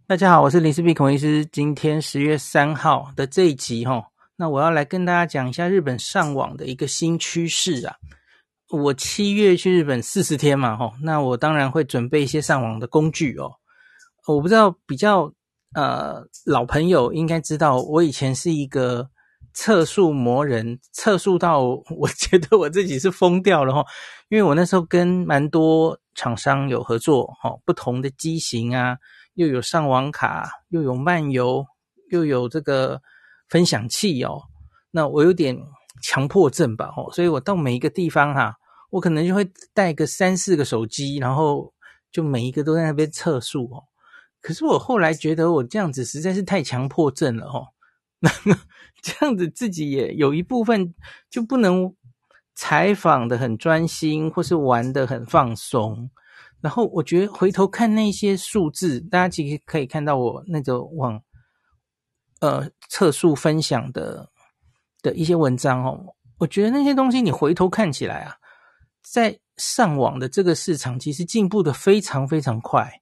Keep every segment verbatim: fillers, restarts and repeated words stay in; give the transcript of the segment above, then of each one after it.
大家好，我是林氏璧孔医师。今天十月三号的这一集齁，那我要来跟大家讲一下日本上网的一个新趋势啊。我七月去日本四十天嘛齁，那我当然会准备一些上网的工具哦。我不知道比较呃老朋友应该知道，我以前是一个测速魔人，测速到我觉得我自己是疯掉了齁，因为我那时候跟蛮多厂商有合作齁，不同的机型啊，又有上网卡，又有漫游，又有这个分享器哦。那我有点强迫症吧哦，所以我到每一个地方哈、啊，我可能就会带个三四个手机，然后就每一个都在那边测速哦。可是我后来觉得我这样子实在是太强迫症了哦，那这样子自己也有一部分就不能采访的很专心，或是玩的很放松。然后我觉得回头看那些数字，大家其实可以看到我那个网呃测速分享的的一些文章哦，我觉得那些东西你回头看起来啊，在上网的这个市场其实进步的非常非常快。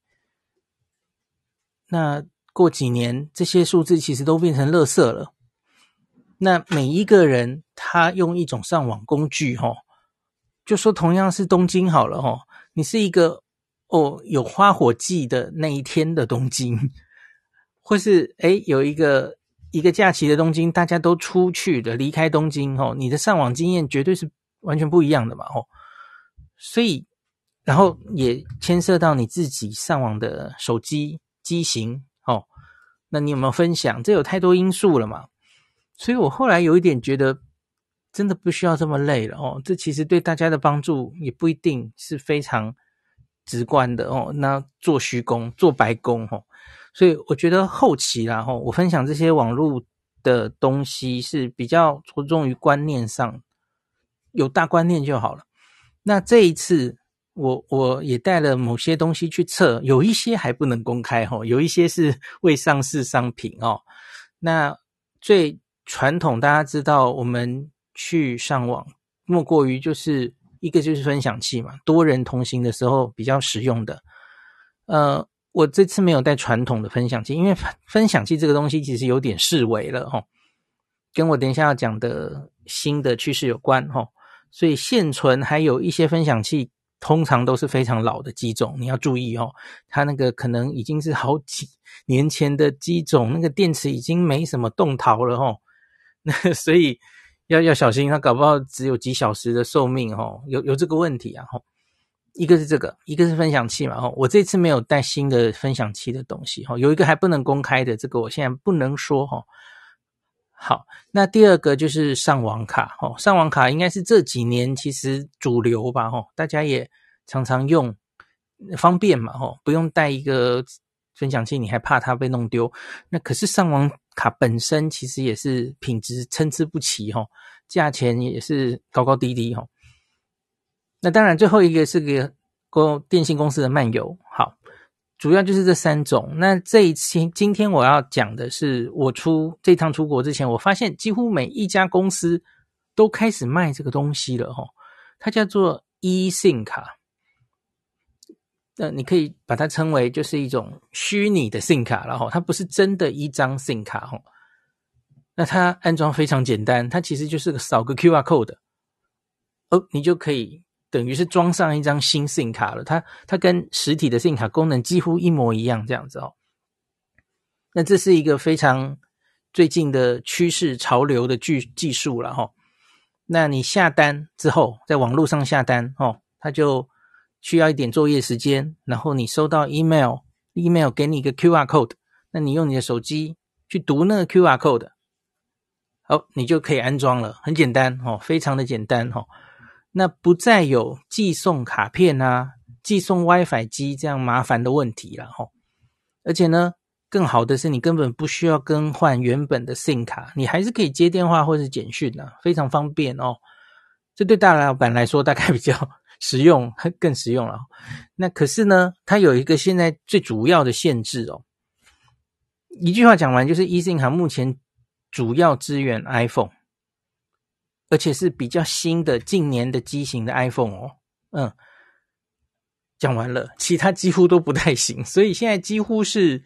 那过几年这些数字其实都变成垃圾了。那每一个人他用一种上网工具齁，就说同样是东京好了齁，你是一个哦有花火季的那一天的东京，或是诶有一个一个假期的东京，大家都出去的离开东京齁，你的上网经验绝对是完全不一样的嘛齁。所以然后也牵涉到你自己上网的手机机型齁，那你有没有分享，这有太多因素了嘛。所以我后来有一点觉得真的不需要这么累了哦，这其实对大家的帮助也不一定是非常直观的哦，那做虚功做白工哦，所以我觉得后期啦哦，我分享这些网络的东西是比较着重于观念上，有大观念就好了。那这一次我我也带了某些东西去测，有一些还不能公开哦，有一些是未上市商品哦。那最传统大家知道我们去上网莫过于就是一个就是分享器嘛，多人同行的时候比较实用的。呃我这次没有带传统的分享器，因为分享器这个东西其实有点式微了齁，跟我等一下要讲的新的趋势有关齁，所以现存还有一些分享器通常都是非常老的机种，你要注意哦，它那个可能已经是好几年前的机种，那个电池已经没什么动陶了齁，那所以要要小心，它搞不好只有几小时的寿命齁，有有这个问题啊齁。一个是这个，一个是分享器嘛齁，我这次没有带新的分享器的东西齁，有一个还不能公开的，这个我现在不能说齁。好，那第二个就是上网卡齁，上网卡应该是这几年其实主流吧齁，大家也常常用，方便嘛齁，不用带一个分享器你还怕它被弄丢。那可是上网卡本身其实也是品质参差不齐齁，价钱也是高高低低齁。那当然最后一个是个电信公司的漫游，好，主要就是这三种。那这一次今天我要讲的是我出这趟出国之前，我发现几乎每一家公司都开始卖这个东西了齁，它叫做 eSIM 卡。那你可以把它称为就是一种虚拟的 SIM 卡了齁，它不是真的一张 SIM 卡齁。那它安装非常简单，它其实就是个扫个 Q R code， 哦，你就可以等于是装上一张新 SIM 卡了，它它跟实体的 SIM 卡功能几乎一模一样这样子哦。那这是一个非常最近的趋势潮流的技技术了齁。那你下单之后，在网络上下单齁，它就需要一点作业时间，然后你收到 email email 给你一个 Q R code， 那你用你的手机去读那个 Q R code， 好，你就可以安装了，很简单齁，非常的简单齁。那不再有寄送卡片啊，寄送 WiFi 机这样麻烦的问题了齁。而且呢，更好的是你根本不需要更换原本的 SIM 卡，你还是可以接电话或是简讯啊，非常方便哦。这对大老板来说大概比较实用，更实用了。那可是呢，它有一个现在最主要的限制哦。一句话讲完，就是 eSIM 卡目前主要支援 iPhone， 而且是比较新的近年的机型的 iPhone 哦。嗯，讲完了，其他几乎都不太行，所以现在几乎是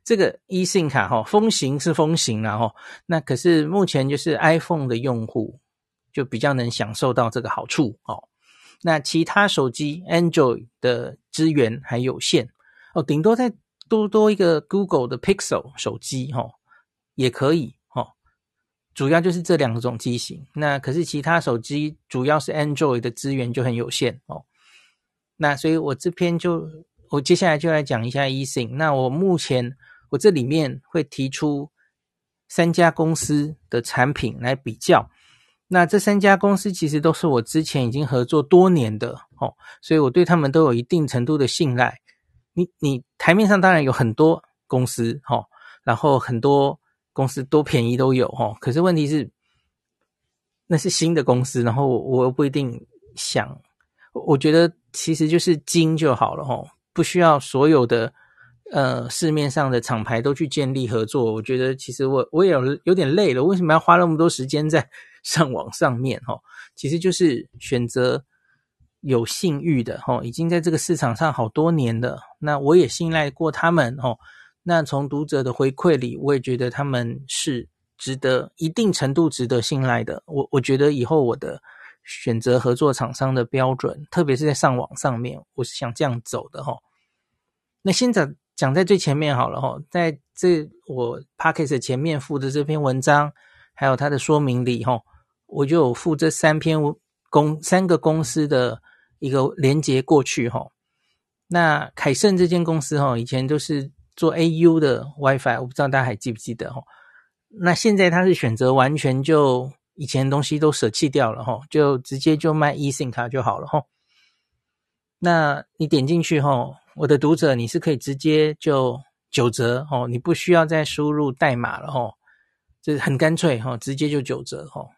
这个 eSIM 卡齁，风行是风行啦齁，那可是目前就是 iPhone 的用户就比较能享受到这个好处齁。那其他手机 Android 的资源还有限哦，顶多再多多一个 Google 的 Pixel 手机齁，也可以齁。主要就是这两种机型，那可是其他手机主要是 Android 的资源就很有限哦。那所以我这篇就我接下来就来讲一下 eSIM。那我目前我这里面会提出三家公司的产品来比较。那这三家公司其实都是我之前已经合作多年的哦，所以我对他们都有一定程度的信赖。你你台面上当然有很多公司哦，然后很多公司多便宜都有齁，可是问题是那是新的公司，然后我我又不一定想，我觉得其实就是精就好了齁，不需要所有的呃市面上的厂牌都去建立合作。我觉得其实我我也有有点累了，为什么要花那么多时间在上网上面齁？其实就是选择有信誉的齁，已经在这个市场上好多年了，那我也信赖过他们齁。那从读者的回馈里，我也觉得他们是值得一定程度值得信赖的。我我觉得以后我的选择合作厂商的标准，特别是在上网上面，我是想这样走的齁。那先讲讲在最前面好了齁，在这我 Podcast 前面附的这篇文章，还有它的说明里齁，我就有附这三篇公三个公司的一个连结过去齁。那凯盛这间公司齁，以前都是做 A U 的 WiFi， 我不知道大家还记不记得齁。那现在他是选择完全就以前的东西都舍弃掉了齁，就直接就卖 eSIM 卡就好了齁。那你点进去齁，我的读者你是可以直接就九折齁，你不需要再输入代码了齁，这很干脆齁，直接就九折齁。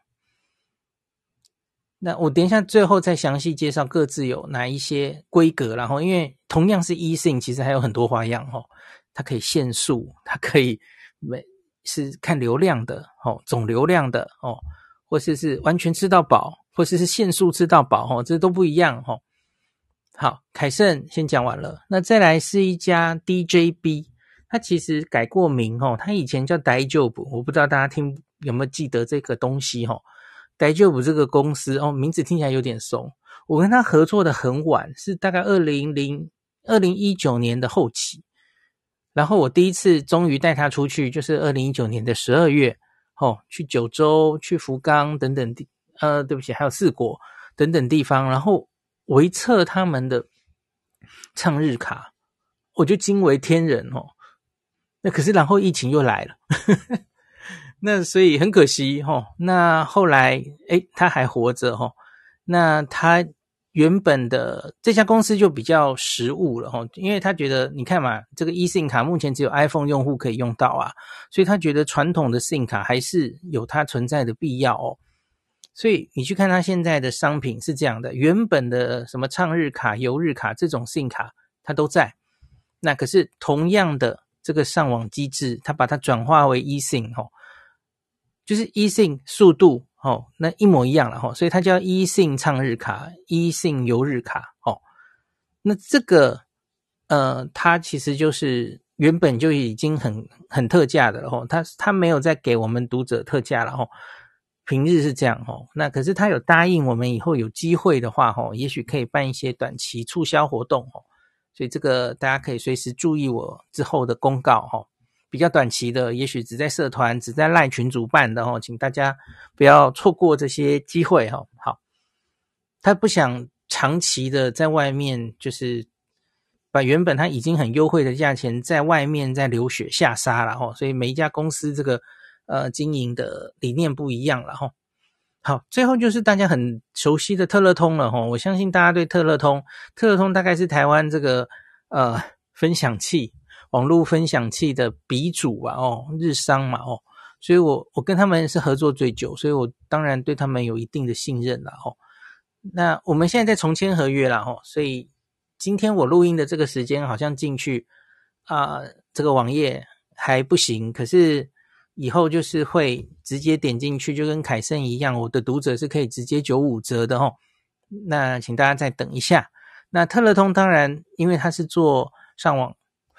那我等一下最后再详细介绍各自有哪一些规格，然后因为同样是 eSIM 其实还有很多花样齁，它可以限速，它可以每是看流量的齁，总流量的齁，或是是完全吃到饱，或是是限速吃到饱齁，这都不一样齁。好，凯盛先讲完了，那再来是一家 D J B， 它其实改过名齁，它以前叫 Daijoubu， 我不知道大家听有没有记得这个东西齁。Daijoubu 这个公司哦，名字听起来有点怂。我跟他合作的很晚，是大概二零一九年的后期。然后我第一次终于带他出去，就是二零一九年的十二月，哦，去九州、去福冈等等地，呃，对不起，还有四国等等地方。然后我一测他们的畅日卡，我就惊为天人哦。那可是然后疫情又来了。那所以很可惜齁，那后来诶他还活着齁，那他原本的这家公司就比较实务了齁，因为他觉得你看嘛，这个 eSIM 卡目前只有 iPhone 用户可以用到啊，所以他觉得传统的 SIM 卡还是有它存在的必要哦。所以你去看他现在的商品是这样的，原本的什么畅日卡、游日卡这种 SIM 卡它都在，那可是同样的这个上网机制，它把它转化为 eSIM 齁，就是 eSIM 速度哦，那一模一样了齁，所以它叫 eSIM 畅日卡、eSIM 游日卡哦。那这个呃，它其实就是原本就已经很很特价的了齁，它它没有再给我们读者特价了齁，平日是这样齁。那可是它有答应我们以后有机会的话齁，也许可以办一些短期促销活动齁，所以这个大家可以随时注意我之后的公告齁。比较短期的，也许只在社团、只在 LINE 群组办的齁，请大家不要错过这些机会齁。好，他不想长期的在外面，就是把原本他已经很优惠的价钱在外面再流血下杀了齁，所以每一家公司这个呃经营的理念不一样了齁。好，最后就是大家很熟悉的特乐通了齁，我相信大家对特乐通，特乐通大概是台湾这个呃分享器。网络分享器的鼻祖啊，哦，日商嘛，哦，所以我我跟他们是合作最久，所以我当然对他们有一定的信任啦，哦。那我们现在在重签合约啦，哦，所以今天我录音的这个时间好像进去啊、呃，这个网页还不行，可是以后就是会直接点进去，就跟凯盛一样，我的读者是可以直接九五折的哦。那请大家再等一下。那特乐通当然，因为它是做上网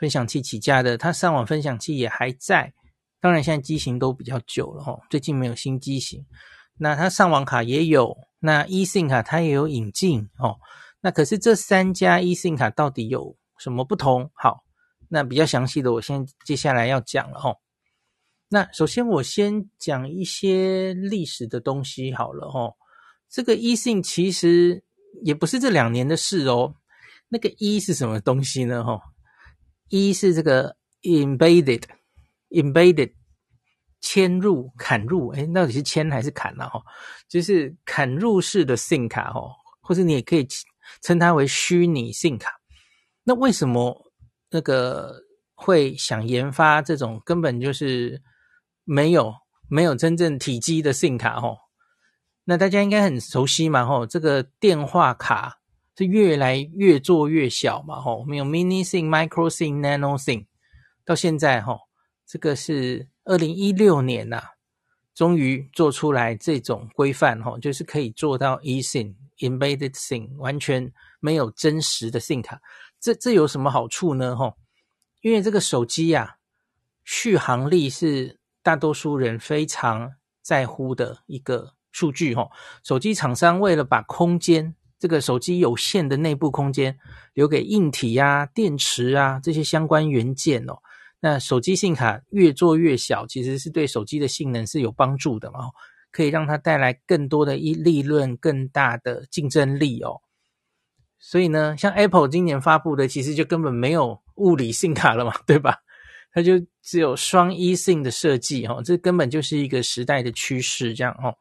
分享器起家的，它上网分享器也还在，当然现在机型都比较久了齁，最近没有新机型。那它上网卡也有，那 eSIM 卡它也有引进齁。那可是这三家 eSIM 卡到底有什么不同？好，那比较详细的我先接下来要讲了齁。那首先我先讲一些历史的东西好了齁。这个 eSIM 其实也不是这两年的事哦。那个 E 是什么东西呢齁？ E 是这个 embedded embedded 嵌入砍入，诶到底是嵌还是砍啊齁？就是砍入式的 SIM 卡齁，或者你也可以称它为虚拟 SIM 卡。那为什么那个会想研发这种根本就是没有没有真正体积的 SIM 卡齁？那大家应该很熟悉嘛齁，这个电话卡是越来越做越小嘛齁，我们有 mini SIM、micro SIM、nano SIM， 到现在齁，这个是二零一六年呐、啊，终于做出来这种规范齁，就是可以做到 eSIM、embedded SIM， 完全没有真实的 SIM 卡。这这有什么好处呢齁？因为这个手机啊，续航力是大多数人非常在乎的一个数据齁。手机厂商为了把空间，这个手机有限的内部空间留给硬体啊、电池啊这些相关元件哦，那手机 SIM 卡越做越小，其实是对手机的性能是有帮助的嘛，可以让它带来更多的利润、更大的竞争力哦。所以呢，像 Apple 今年发布的其实就根本没有物理 SIM 卡了嘛，对吧？它就只有双 eSIM 的设计哦，这根本就是一个时代的趋势这样哦。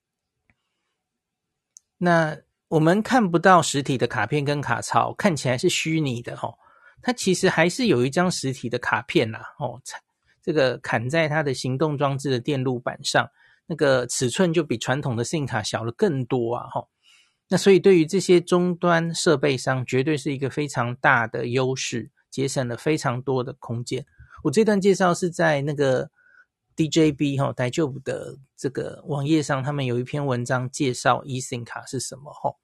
那我们看不到实体的卡片跟卡槽，看起来是虚拟的哦，它其实还是有一张实体的卡片啦哦，这个砍在它的行动装置的电路板上，那个尺寸就比传统的 SIM 卡小了更多啊齁。那所以对于这些终端设备商绝对是一个非常大的优势，节省了非常多的空间。我这段介绍是在那个 D J B 齁台旧的这个网页上，他们有一篇文章介绍 eSIM 卡是什么齁。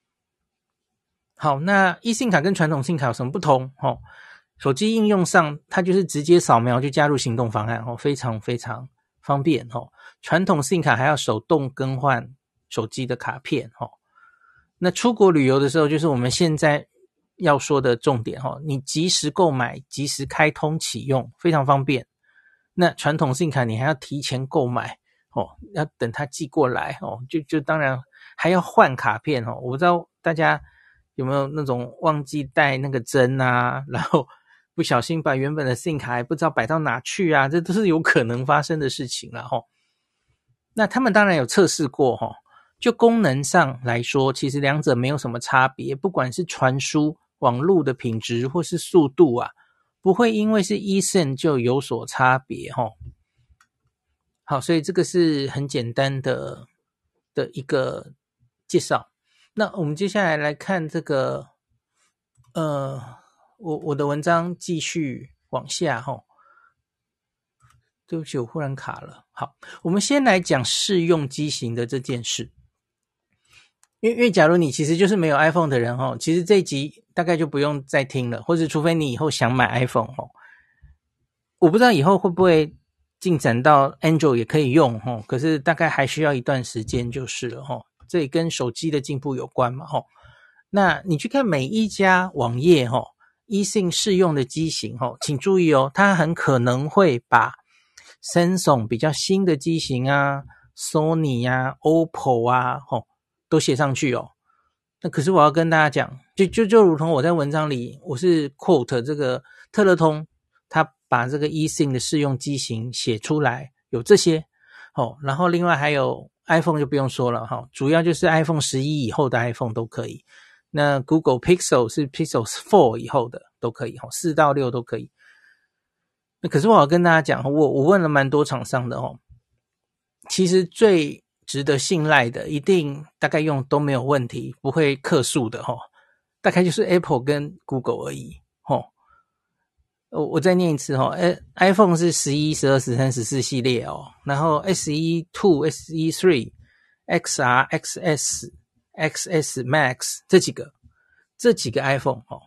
好，那 eSIM 卡跟传统 SIM 卡有什么不同齁？手机应用上它就是直接扫描就加入行动方案齁，非常非常方便齁。传统 SIM 卡还要手动更换手机的卡片齁。那出国旅游的时候，就是我们现在要说的重点齁，你即时购买、即时开通启用，非常方便。那传统 SIM 卡你还要提前购买哦，要等它寄过来哦，就就当然还要换卡片哦。我不知道大家有没有那种忘记带那个针啊，然后不小心把原本的 SIM 卡还不知道摆到哪去啊，这都是有可能发生的事情啦齁。那他们当然有测试过齁。就功能上来说，其实两者没有什么差别，不管是传输网络的品质或是速度啊，不会因为是 eSIM 就有所差别齁。好，所以这个是很简单的的一个介绍。那我们接下来来看这个呃我我的文章继续往下齁。对不起，我忽然卡了。好，我们先来讲试用机型的这件事。因为因为假如你其实就是没有 iPhone 的人齁，其实这一集大概就不用再听了，或者除非你以后想买 iPhone 齁。我不知道以后会不会进展到 Android 也可以用齁，可是大概还需要一段时间就是了齁。这也跟手机的进步有关嘛齁。那你去看每一家网页齁 eSIM 适用的机型齁，请注意哦，它很可能会把 Samsung 比较新的机型啊 Sony 啊 O P P O 啊齁都写上去哦。那可是我要跟大家讲，就就就如同我在文章里我是 quote 这个特乐通，他把这个 eSIM 的适用机型写出来，有这些哦。然后另外还有 iPhone 就不用说了哈、哦，主要就是 iPhone 十一以后的 iPhone 都可以。那 Google Pixel 是 Pixel 四以后的都可以哈、哦，四到六都可以。那可是我要跟大家讲，我我问了蛮多厂商的哦，其实最值得信赖的一定大概用都没有问题，不会客诉的齁、哦，大概就是 Apple 跟 Google 而已齁、哦。我我再念一次齁、哦、iPhone 是十一、十二、十三、十四系列哦，然后 S E 二、S E 三、X R、X S、X S Max 这几个这几个 iPhone 哦，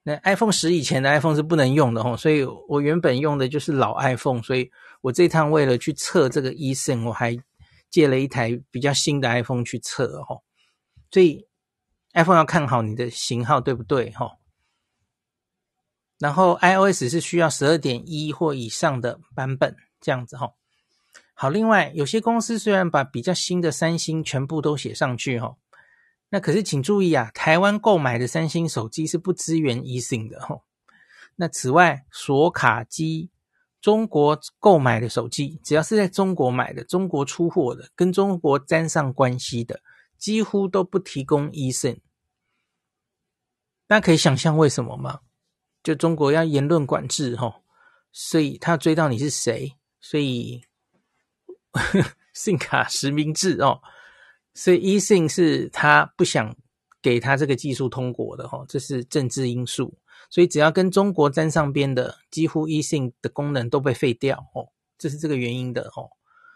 那 iPhone 十以前的 iPhone 是不能用的齁，所以我原本用的就是老 iPhone， 所以我这趟为了去测这个 eSIM， 我还借了一台比较新的 iPhone 去测齁。所以 iPhone 要看好你的型号对不对齁。然后 iOS 是需要 十二点一 或以上的版本这样子齁。好，另外有些公司虽然把比较新的三星全部都写上去齁，那可是请注意啊，台湾购买的三星手机是不支援 eSIM 的齁。那此外，锁卡机中国购买的手机，只要是在中国买的，中国出货的，跟中国沾上关系的，几乎都不提供 eSIM。大家可以想象为什么吗？就中国要言论管制齁，所以他要追到你是谁，所以SIM 卡实名制哦，所以 eSIM 是他不想给他这个技术通过的齁，这是政治因素。所以只要跟中国沾上边的，几乎 eSIM 的功能都被废掉哦，这是这个原因的哦。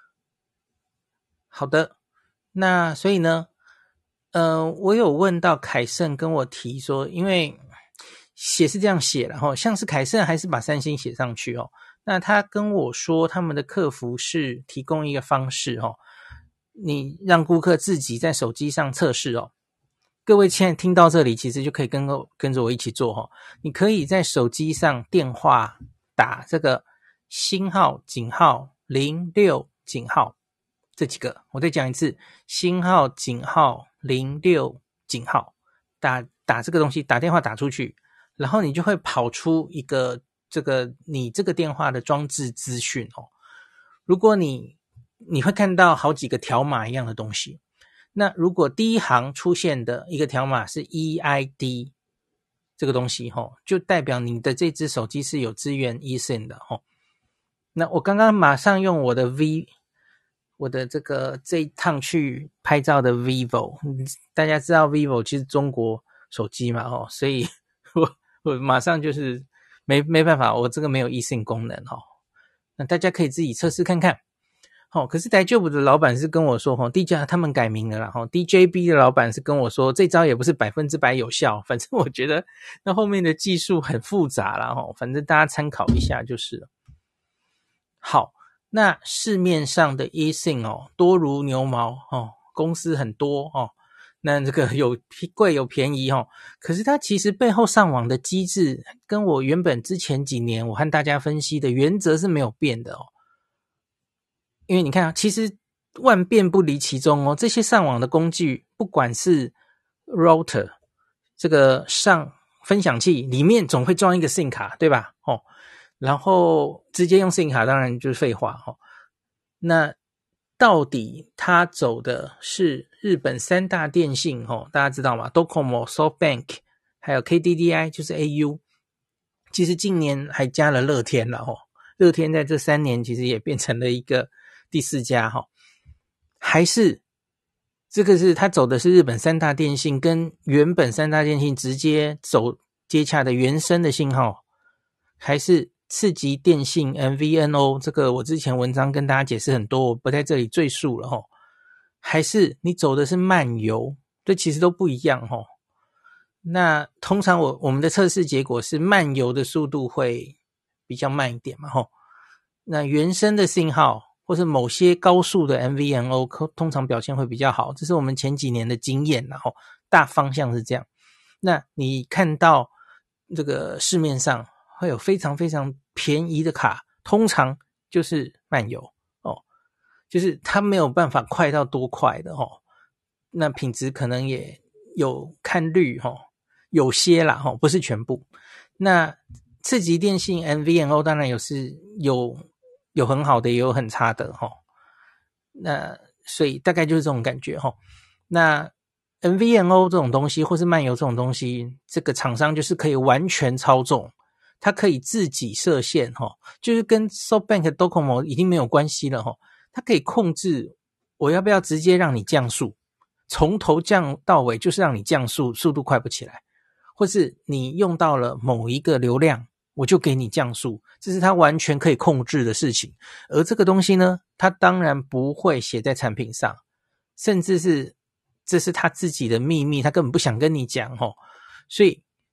好的，那所以呢，呃，我有问到凯盛跟我提说，因为写是这样写了齁，像是凯盛还是把三星写上去哦。那他跟我说，他们的客服是提供一个方式哦，你让顾客自己在手机上测试哦。各位现在听到这里，其实就可以跟跟着我一起做齁。你可以在手机上电话打这个星号井号零六井号这几个，我再讲一次，星号井号零六井号，打打这个东西，打电话打出去，然后你就会跑出一个这个你这个电话的装置资讯哦。如果你你会看到好几个条码一样的东西。那如果第一行出现的一个条码是 E I D 这个东西齁，就代表你的这只手机是有支援 eSIM 的齁。那我刚刚马上用我的 V 我的这个这一趟去拍照的 vivo， 大家知道 vivo 其实中国手机嘛齁，所以我我马上就是没没办法，我这个没有 eSIM 功能齁。那大家可以自己测试看看。哦，可是台旧补的老板是跟我说，哦 ，D J 他们改名了啦，哦 ，D J B 的老板是跟我说，这招也不是百分之百有效，反正我觉得那后面的技术很复杂啦，哦，反正大家参考一下就是了。好，那市面上的 eSIM 哦，多如牛毛哦，公司很多哦，那这个有贵有便宜哦，可是它其实背后上网的机制，跟我原本之前几年我和大家分析的原则是没有变的哦。因为你看啊，其实万变不离其宗哦，这些上网的工具，不管是 router 这个上分享器里面总会装一个 SIM 卡，对吧？哦，然后直接用 SIM 卡当然就是废话哦。那到底它走的是日本三大电信哦，大家知道吗 ？Docomo、SoftBank 还有 K D D I 就是 A U， 其实近年还加了乐天了哦。乐天在这三年其实也变成了一个第四家齁，还是这个是他走的是日本三大电信跟原本三大电信直接走接洽的原生的信号，还是次级电信 M V N O， 这个我之前文章跟大家解释很多，我不在这里赘述了齁，还是你走的是漫游，这其实都不一样齁。那通常我我们的测试结果是漫游的速度会比较慢一点嘛齁，那原生的信号或是某些高速的 M V N O 通常表现会比较好，这是我们前几年的经验，然后大方向是这样。那你看到这个市面上会有非常非常便宜的卡，通常就是漫游哦，就是它没有办法快到多快的哦，那品质可能也有看率哦，有些啦哦，不是全部。那次级电信 M V N O 当然有是有有很好的也有很差的齁，那所以大概就是这种感觉齁。那 M V N O 这种东西或是漫游这种东西，这个厂商就是可以完全操纵，它可以自己设限齁，就是跟 SoftBank、Docomo 已经没有关系了齁，它可以控制我要不要直接让你降速，从头降到尾就是让你降速，速度快不起来，或是你用到了某一个流量我就给你降速，这是他完全可以控制的事情。而这个东西呢，他当然不会写在产品上，甚至是这是他自己的秘密，他根本不想跟你讲齁。所以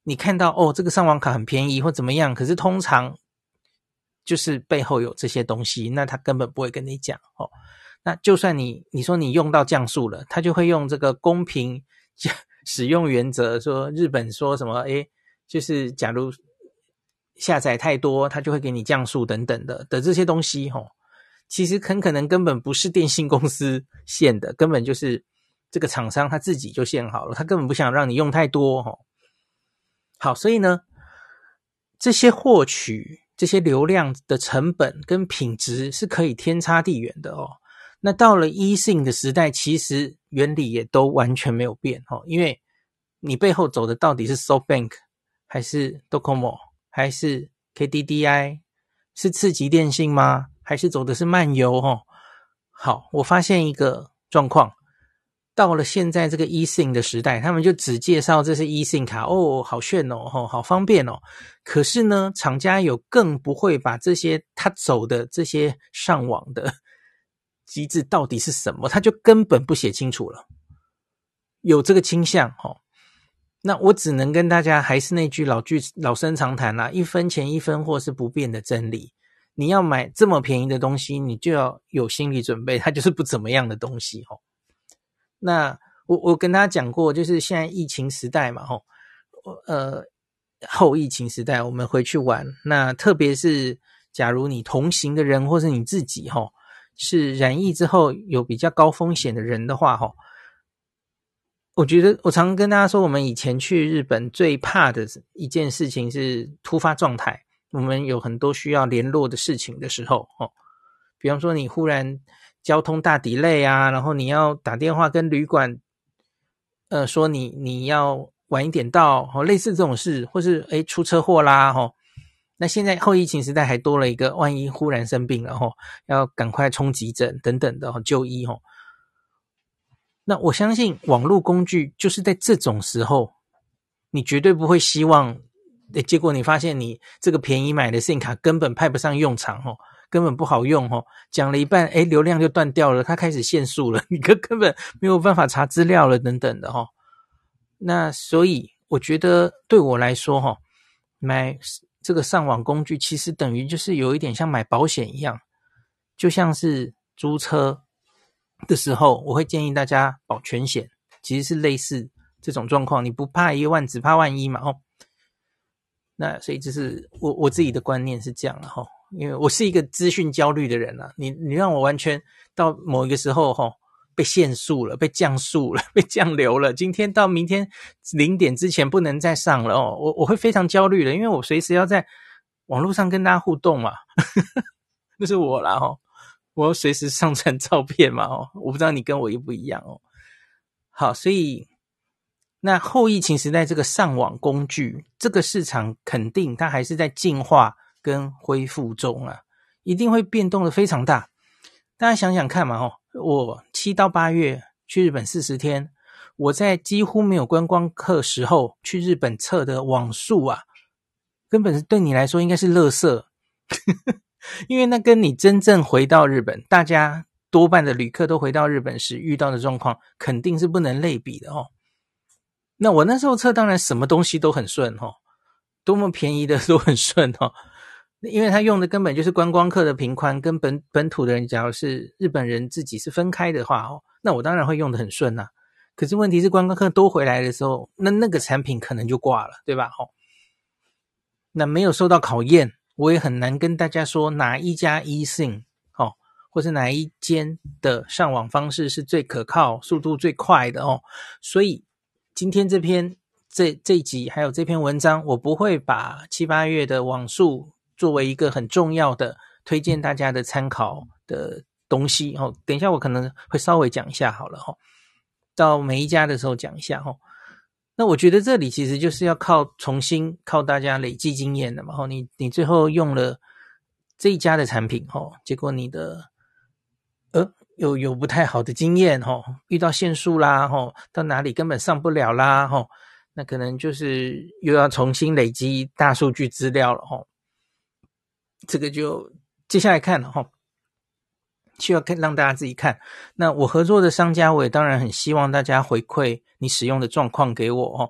你看到哦这个上网卡很便宜或怎么样，可是通常就是背后有这些东西，那他根本不会跟你讲哦。那就算你你说你用到降速了，他就会用这个公平使用原则，说日本说什么诶，就是假如下载太多，他就会给你降速等等的的这些东西哦，其实很可能根本不是电信公司限的，根本就是这个厂商他自己就限好了，他根本不想让你用太多哦。好，所以呢，这些获取这些流量的成本跟品质是可以天差地远的哦。那到了 eSIM 的时代，其实原理也都完全没有变哦，因为你背后走的到底是 SoftBank 还是 Docomo 还是 K D D I， 是次级电信吗？还是走的是漫游哦？好，我发现一个状况，到了现在这个 eSIM 的时代，他们就只介绍这是 eSIM 卡哦，好炫哦，好方便哦。可是呢，厂家有更不会把这些他走的这些上网的机制到底是什么，他就根本不写清楚了，有这个倾向哦。那我只能跟大家还是那句老句老生常谈啦，一分钱一分货是不变的真理。你要买这么便宜的东西，你就要有心理准备，它就是不怎么样的东西哦。那我我跟大家讲过，就是现在疫情时代嘛，吼，呃，后疫情时代我们回去玩，那特别是假如你同行的人或是你自己吼是染疫之后有比较高风险的人的话吼，我觉得我常跟大家说，我们以前去日本最怕的一件事情是突发状态，我们有很多需要联络的事情的时候哦，比方说你忽然交通大 delay 啊，然后你要打电话跟旅馆呃说你你要晚一点到哦，类似这种事，或是诶出车祸啦哦，那现在后疫情时代还多了一个万一忽然生病了哦，要赶快冲急诊等等的哦就医哦。那我相信网络工具就是在这种时候，你绝对不会希望结果你发现你这个便宜买的 SIM 卡根本派不上用场哦，根本不好用哦，讲了一半诶流量就断掉了，它开始限速了，你根本没有办法查资料了等等的哦。那所以我觉得对我来说哦，买这个上网工具其实等于就是有一点像买保险一样，就像是租车的时候我会建议大家保全险，其实是类似这种状况，你不怕一万只怕万一嘛哦。那所以这是我我自己的观念是这样了齁，因为我是一个资讯焦虑的人啊，你你让我完全到某一个时候齁被限速了，被降速了，被降流了，今天到明天零点之前不能再上了哦，我我会非常焦虑的，因为我随时要在网络上跟大家互动嘛，那是我啦齁，我要随时上传照片嘛哦，我不知道你跟我一不一样哦。好，所以那后疫情时代这个上网工具，这个市场肯定它还是在进化跟恢复中啊，一定会变动的非常大。大家想想看嘛，哦，我七到八月去日本四十天，我在几乎没有观光客时候去日本测的网速啊，根本对你来说应该是垃圾，因为那跟你真正回到日本，大家多半的旅客都回到日本时遇到的状况，肯定是不能类比的哦。那我那时候测当然什么东西都很顺哦，多么便宜的都很顺哦，因为他用的根本就是观光客的频宽，跟本本土的人假如是日本人自己是分开的话哦，那我当然会用的很顺啊。可是问题是观光客都回来的时候，那那个产品可能就挂了，对吧？哦，那没有受到考验，我也很难跟大家说哪一家 eSIM 哦，或是哪一间的上网方式是最可靠、速度最快的哦，所以今天这篇这这一集还有这篇文章，我不会把七八月的网速作为一个很重要的推荐大家的参考的东西哦。等一下我可能会稍微讲一下好了哈、哦，到每一家的时候讲一下哈、哦。那我觉得这里其实就是要靠重新靠大家累积经验的嘛。哦，你你最后用了这一家的产品哦，结果你的呃。有有不太好的经验齁，遇到限速啦齁，到哪里根本上不了啦齁，那可能就是又要重新累积大数据资料了齁。这个就接下来看了齁，需要看让大家自己看。那我合作的商家，我也当然很希望大家回馈你使用的状况给我齁，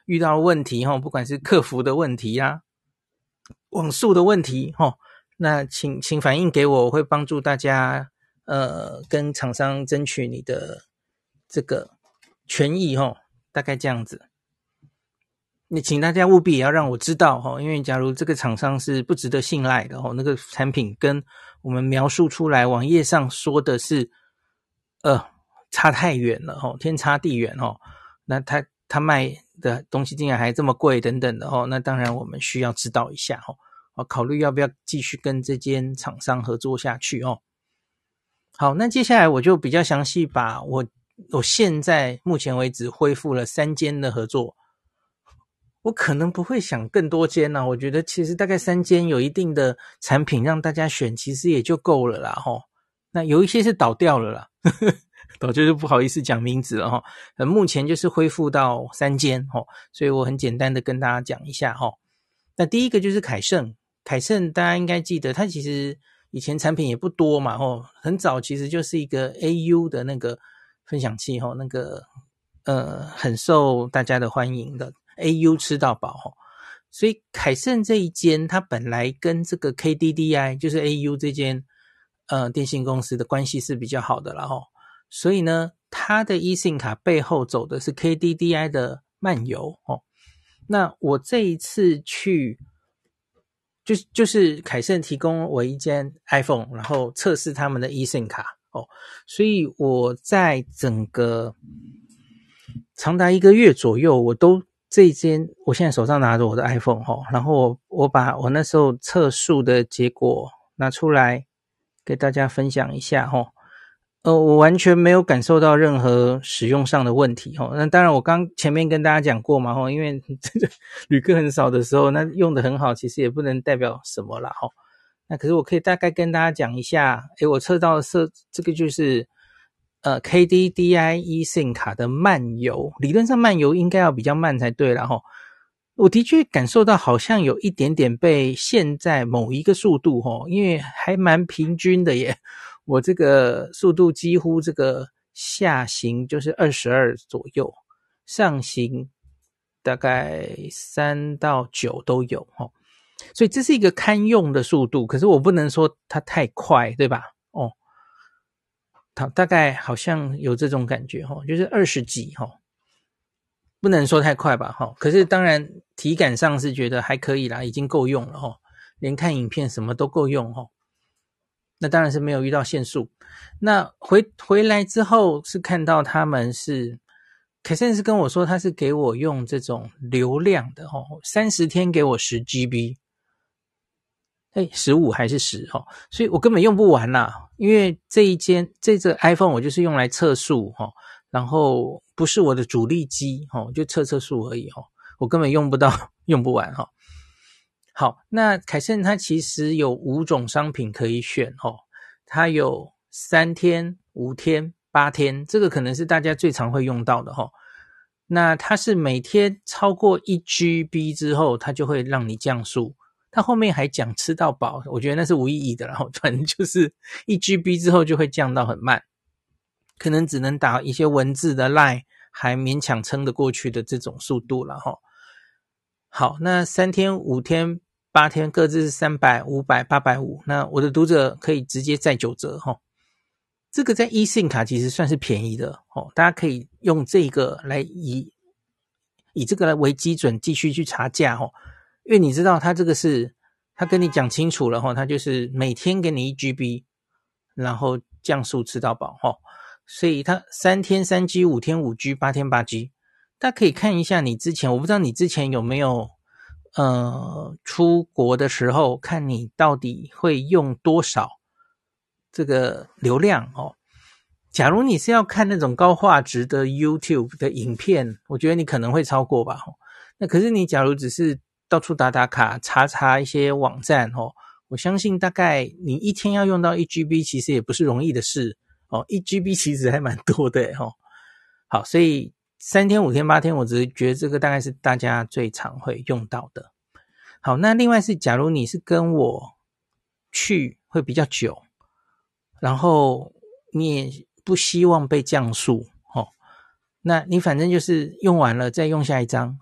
遇到问题齁，不管是客服的问题啊，网速的问题齁，那请请反映给我，我会帮助大家呃跟厂商争取你的这个权益齁，大概这样子。你请大家务必也要让我知道齁，因为假如这个厂商是不值得信赖的齁，那个产品跟我们描述出来网页上说的是呃差太远了齁，天差地远齁，那他他卖的东西竟然还这么贵等等的齁，那当然我们需要知道一下齁，考虑要不要继续跟这间厂商合作下去齁。好，那接下来我就比较详细把我我现在目前为止恢复了三间的合作。我可能不会想更多间啦、啊、我觉得其实大概三间有一定的产品让大家选，其实也就够了啦齁。那有一些是倒掉了啦，呵呵，倒就是不好意思讲名字了齁。呃，目前就是恢复到三间齁，所以我很简单的跟大家讲一下齁。那第一个就是凯盛，凯盛大家应该记得，它其实以前产品也不多嘛齁，很早其实就是一个 A U 的那个分享器齁，那个呃很受大家的欢迎的。A U 吃到饱齁，所以凯盛这一间它本来跟这个 K D D I 就是 A U 这间呃电信公司的关系是比较好的啦齁，所以呢它的 eSIM 卡背后走的是 K D D I 的漫游齁。那我这一次去就是就是凯盛提供我一间 iPhone， 然后测试他们的 eSIM 卡哦，所以我在整个长达一个月左右，我都这一间，我现在手上拿着我的 iPhone 齁，然后我我把我那时候测速的结果拿出来给大家分享一下齁。呃，我完全没有感受到任何使用上的问题齁。那当然我刚前面跟大家讲过嘛齁，因为这个旅客很少的时候，那用得很好其实也不能代表什么啦齁。那可是我可以大概跟大家讲一下，诶，我测到的是这个就是呃 K D D I eSIM 卡的漫游，理论上漫游应该要比较慢才对啦齁。我的确感受到好像有一点点被限在某一个速度齁，因为还蛮平均的耶。我这个速度几乎这个下行就是二十二左右，上行大概三到九都有齁。所以这是一个堪用的速度，可是我不能说它太快，对吧？哦，它大概好像有这种感觉齁，就是二十几齁，不能说太快吧齁。可是当然体感上是觉得还可以啦，已经够用了齁，连看影片什么都够用齁。那当然是没有遇到限速。那回回来之后是看到他们是凯盛是跟我说他是给我用这种流量的齁，三十天给我十 G B。哎，十五还是十齁，所以我根本用不完啦，因为这一间这个 iPhone 我就是用来测速齁，然后不是我的主力机齁，就测测速而已齁，我根本用不到，用不完齁。好，那凯盛它其实有五种商品可以选齁，它有三天、五天、八天，这个可能是大家最常会用到的齁。那它是每天超过一 G B 之后，它就会让你降速。他后面还讲吃到饱，我觉得那是无意义的，然后反正就是一 G B 之后就会降到很慢，可能只能打一些文字的 line 还勉强撑得过去的这种速度了齁。好，那三天、五天、八天各自是三百、五百、八百五十，那我的读者可以直接再九折齁。这个在 eSIM 卡其实算是便宜的齁，大家可以用这个来以以这个来为基准继续去查价齁。因为你知道他这个是他跟你讲清楚了齁，他就是每天给你一 G B， 然后降速吃到饱齁，所以他三天三 G， 五天五 G， 八天八 G。大家可以看一下你之前，我不知道你之前有没有呃出国的时候，看你到底会用多少这个流量齁。假如你是要看那种高画质的 YouTube 的影片，我觉得你可能会超过吧齁。那可是你假如只是到处打打卡，查查一些网站齁，我相信大概你一天要用到一 G B 其实也不是容易的事哦，一 G B 其实还蛮多的齁。好，所以三天、五天、八天，我只是觉得这个大概是大家最常会用到的。好，那另外是假如你是跟我去会比较久，然后你也不希望被降速齁，那你反正就是用完了再用下一张齁。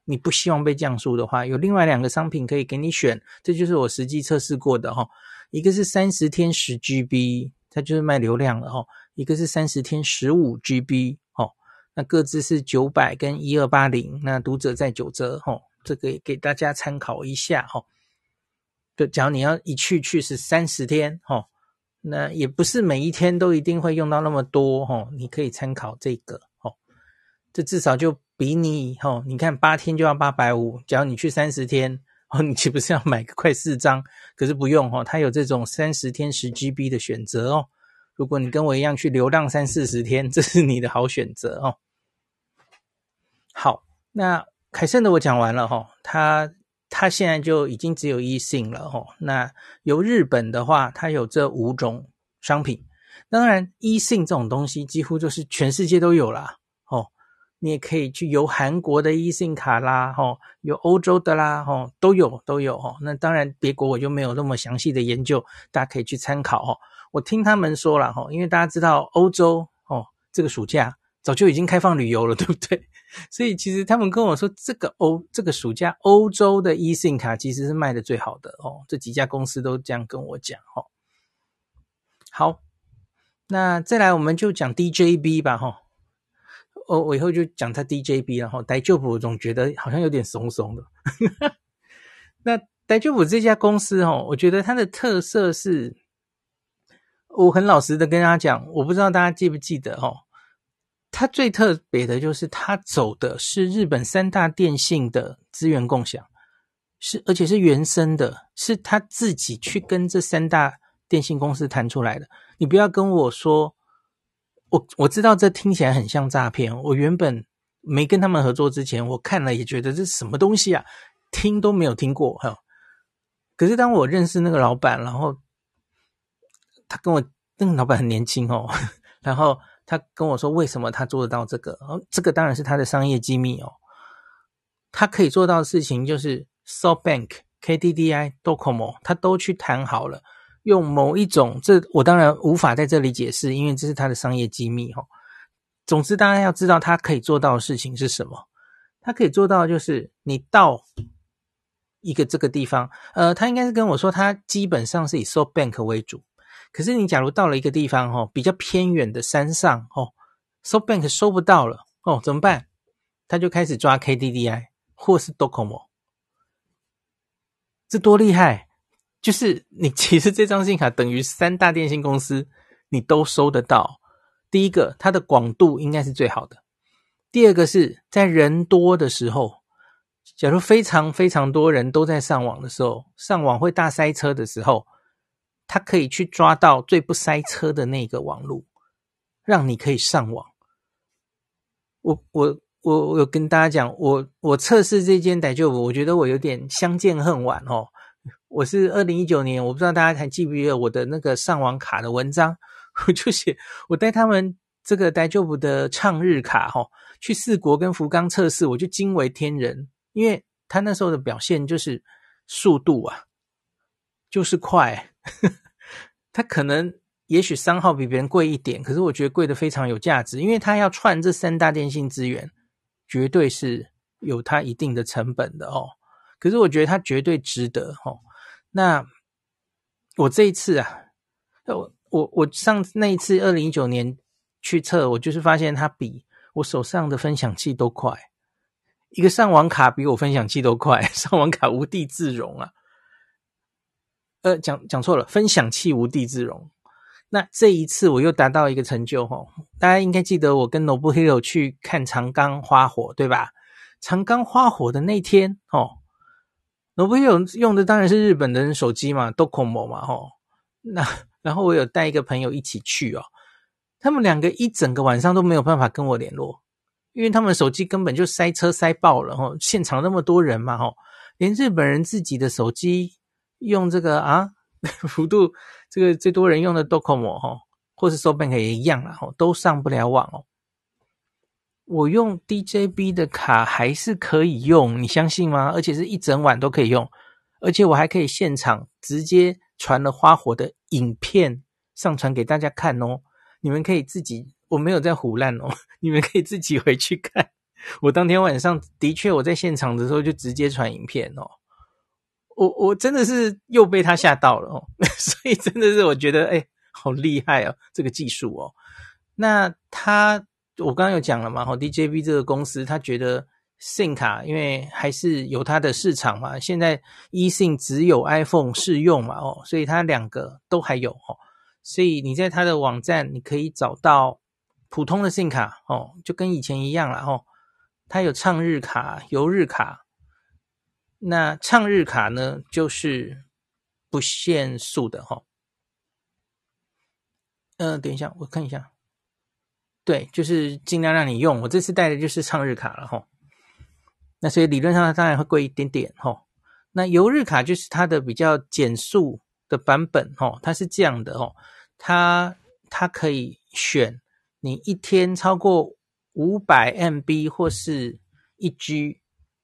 你不希望被降速的话，有另外两个商品可以给你选，这就是我实际测试过的齁。一个是三十天 十 G B， 它就是卖流量了齁，一个是三十天 十五 G B 齁，那各自是九百跟一二八零，那读者在九折齁，这个也给大家参考一下齁。就假如你要一去去是三十天齁，那也不是每一天都一定会用到那么多齁，你可以参考这个齁，这至少就比你齁，你看八天就要八百五十，假如你去三十天哦，你岂不是要买个快四张？可是不用齁，它有这种三十天 十 G B 的选择哦。如果你跟我一样去流浪三四十天，这是你的好选择哦。好，那凯盛的我讲完了齁，它它现在就已经只有 eSIM 了齁。那由日本的话，它有这五种商品。当然 eSIM 这种东西几乎就是全世界都有啦齁。你也可以去有韩国的 eSIM 卡啦齁，有欧洲的啦齁，都有都有齁。那当然别国我就没有那么详细的研究，大家可以去参考齁。我听他们说啦齁，因为大家知道欧洲齁，这个暑假早就已经开放旅游了，对不对？所以其实他们跟我说，这个欧这个暑假欧洲的 eSIM 卡其实是卖的最好的哦，这几家公司都这样跟我讲哦。好，那再来我们就讲 D J B 吧哈。哦，我以后就讲它 D J B 然后大丈夫我总觉得好像有点怂怂的。那大丈夫这家公司哦，我觉得它的特色是，我很老实的跟大家讲，我不知道大家记不记得哦。它最特别的就是它走的是日本三大电信的资源共享，是而且是原生的，是他自己去跟这三大电信公司谈出来的。你不要跟我说，我我知道这听起来很像诈骗，我原本没跟他们合作之前，我看了也觉得这是什么东西啊，听都没有听过哈。可是当我认识那个老板，然后他跟我那个老板很年轻哦，然后他跟我说为什么他做得到这个，哦，这个当然是他的商业机密哦。他可以做到的事情就是 SoftBank、K D D I、Docomo 他都去谈好了，用某一种，这我当然无法在这里解释，因为这是他的商业机密哦。总之大家要知道他可以做到的事情是什么。他可以做到的就是你到一个这个地方，呃，他应该是跟我说他基本上是以 SoftBank 为主，可是你假如到了一个地方哦，比较偏远的山上哦 ，SoftBank 收不到了哦，怎么办？他就开始抓 K D D I 或是 Docomo， 这多厉害！就是你其实这张信卡等于三大电信公司你都收得到。第一个，它的广度应该是最好的。第二个是在人多的时候，假如非常非常多人都在上网的时候，上网会大塞车的时候，它可以去抓到最不塞车的那个网路，让你可以上网。我我我我有跟大家讲，我我测试这间大丈夫，我觉得我有点相见恨晚哦。我是二零一九年，我不知道大家还记不记得我的那个上网卡的文章，我就写我带他们这个大丈夫的畅日卡齁，去四国跟福冈测试，我就惊为天人，因为他那时候的表现就是速度啊，就是快。他可能也许商号比别人贵一点，可是我觉得贵的非常有价值，因为他要串这三大电信资源，绝对是有他一定的成本的哦。可是我觉得他绝对值得哦。那我这一次啊，我我我上那一次二零一九年去测，我就是发现它比我手上的分享器都快，一个上网卡比我分享器都快，上网卡无地自容啊。呃，讲讲错了，分享器无地自容。那这一次我又达到一个成就齁，大家应该记得我跟 Nobuhiro 去看长冈花火，对吧？长冈花火的那天齁，Nobuhiro 用的当然是日本的手机嘛 ，Docomo 嘛齁。那然后我有带一个朋友一起去哦，他们两个一整个晚上都没有办法跟我联络，因为他们手机根本就塞车塞爆了齁，现场那么多人嘛齁，连日本人自己的手机用这个啊幅度这个最多人用的 Docomo 齁，或是 SoftBank 也一样啦齁，都上不了网哦。我用 D J B 的卡还是可以用，你相信吗？而且是一整晚都可以用，而且我还可以现场直接传了花火的影片上传给大家看哦。你们可以自己，我没有在唬烂哦，你们可以自己回去看。 我当天晚上的确我在现场的时候就直接传影片哦，我我真的是又被他吓到了哦，所以真的是我觉得哎，好厉害哦，这个技术哦。那他我刚刚有讲了嘛，哦 D J B 这个公司他觉得 SIM 卡因为还是有它的市场嘛，现在 eSIM 只有 iPhone 适用嘛哦，所以它两个都还有哦，所以你在它的网站你可以找到普通的 SIM 卡哦，就跟以前一样啦哦，它有畅日卡、游日卡。那畅日卡呢就是不限速的齁。呃等一下我看一下，对，就是尽量让你用，我这次带的就是畅日卡了齁。那所以理论上它当然会贵一点点齁。那游日卡就是它的比较减速的版本齁，它是这样的齁，它它可以选你一天超过 五百 M B 或是 一 G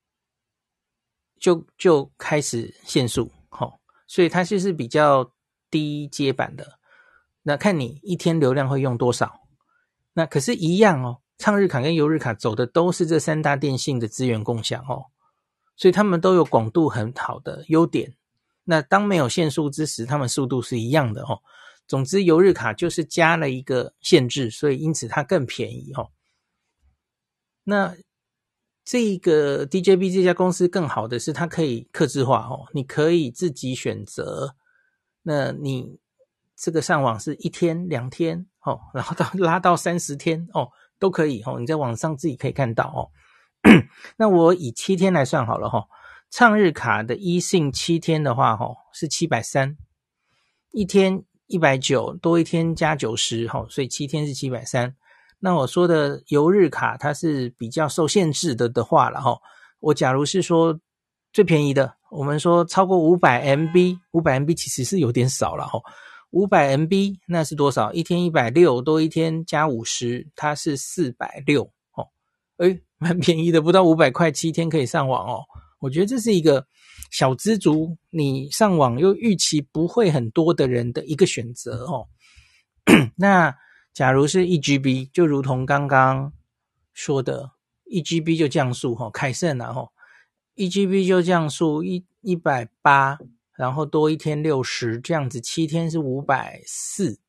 就就开始限速齁，所以它就是比较低阶版的。那看你一天流量会用多少。那可是一样哦，畅日卡跟游日卡走的都是这三大电信的资源共享哦，所以他们都有广度很好的优点。那当没有限速之时，他们速度是一样的哦。总之游日卡就是加了一个限制，所以因此它更便宜哦。那这个 D J B 这家公司更好的是它可以客制化哦，你可以自己选择，那你这个上网是一天两天哦，然后到拉到三十天哦都可以哦，你在网上自己可以看到哦。那我以七天来算好了哦，畅日卡的eSIM七天的话哦是七百三十，一天一百九十，多一天加九十哦，所以七天是七百三十。那我说的游日卡它是比较受限制的的话了齁，我假如是说最便宜的，我们说超过 五百 M B， 五百 M B 其实是有点少了齁， 五百 M B 那是多少？一天一百六十，多一天加五十，它是四百六十哦，诶蛮便宜的，不到五百块七天可以上网哦。我觉得这是一个小资族你上网又预期不会很多的人的一个选择哦。那假如是 一 G B， 就如同刚刚说的 一 G B 就降速齁，凯盛啊齁 一 G B 就降速一百八十，然后多一天六十，这样子七天是五百四十。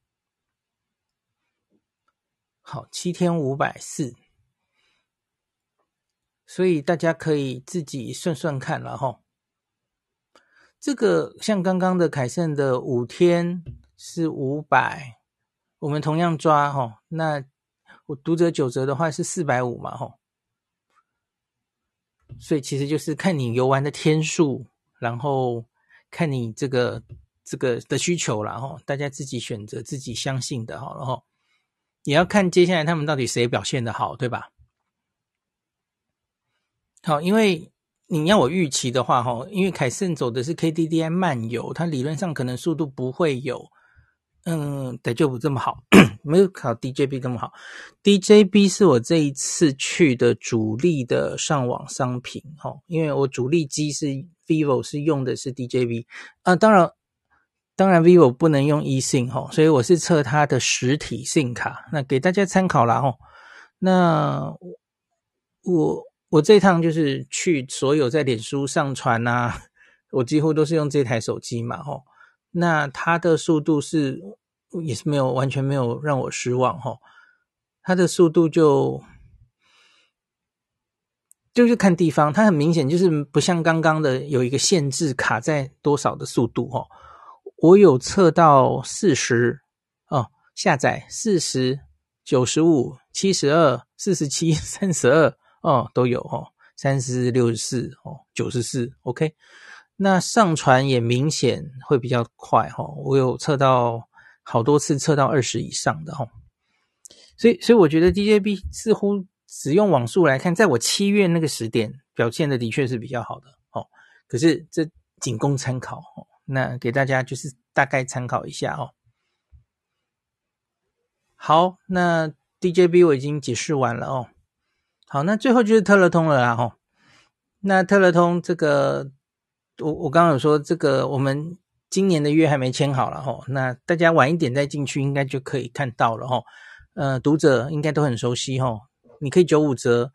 好，七天五百四十。所以大家可以自己算算看了齁。这个像刚刚的凯盛的五天是五百，我们同样抓齁，那我读者九折的话是四百五十嘛齁。所以其实就是看你游玩的天数，然后看你这个这个的需求啦齁，大家自己选择自己相信的齁，然后也要看接下来他们到底谁表现的好，对吧？好，因为你要我预期的话齁，因为凯盛走的是 K D D I 漫游，它理论上可能速度不会有嗯 D J B 这么好，没有考 D J B 这么好。D J B 是我这一次去的主力的上网商品齁，因为我主力机是 Vivo 是用的是 D J B 啊，当然当然 Vivo 不能用 eSIM 齁，所以我是测它的实体 SIM 卡，那给大家参考啦齁。那我我这趟就是去所有在脸书上传啊，我几乎都是用这台手机嘛齁，那它的速度是也是没有完全没有让我失望齁，它的速度就就是看地方，它很明显就是不像刚刚的有一个限制卡在多少的速度齁，我有测到四十哦，下载四十、九十五、七十二、四十七、三十二哦都有哦，三十、六十四哦、九十四 OK。那上传也明显会比较快齁，我有测到好多次测到二十以上的齁。所以所以我觉得 D J B 似乎使用网速来看，在我七月那个时点表现的的确是比较好的齁，可是这仅供参考齁，那给大家就是大概参考一下齁。好，那 D J B 我已经解释完了哦。好，那最后就是特乐通了啦齁。那特乐通这个我我刚刚有说这个我们今年的约还没签好了齁，那大家晚一点再进去应该就可以看到了齁。呃读者应该都很熟悉齁，你可以九五折，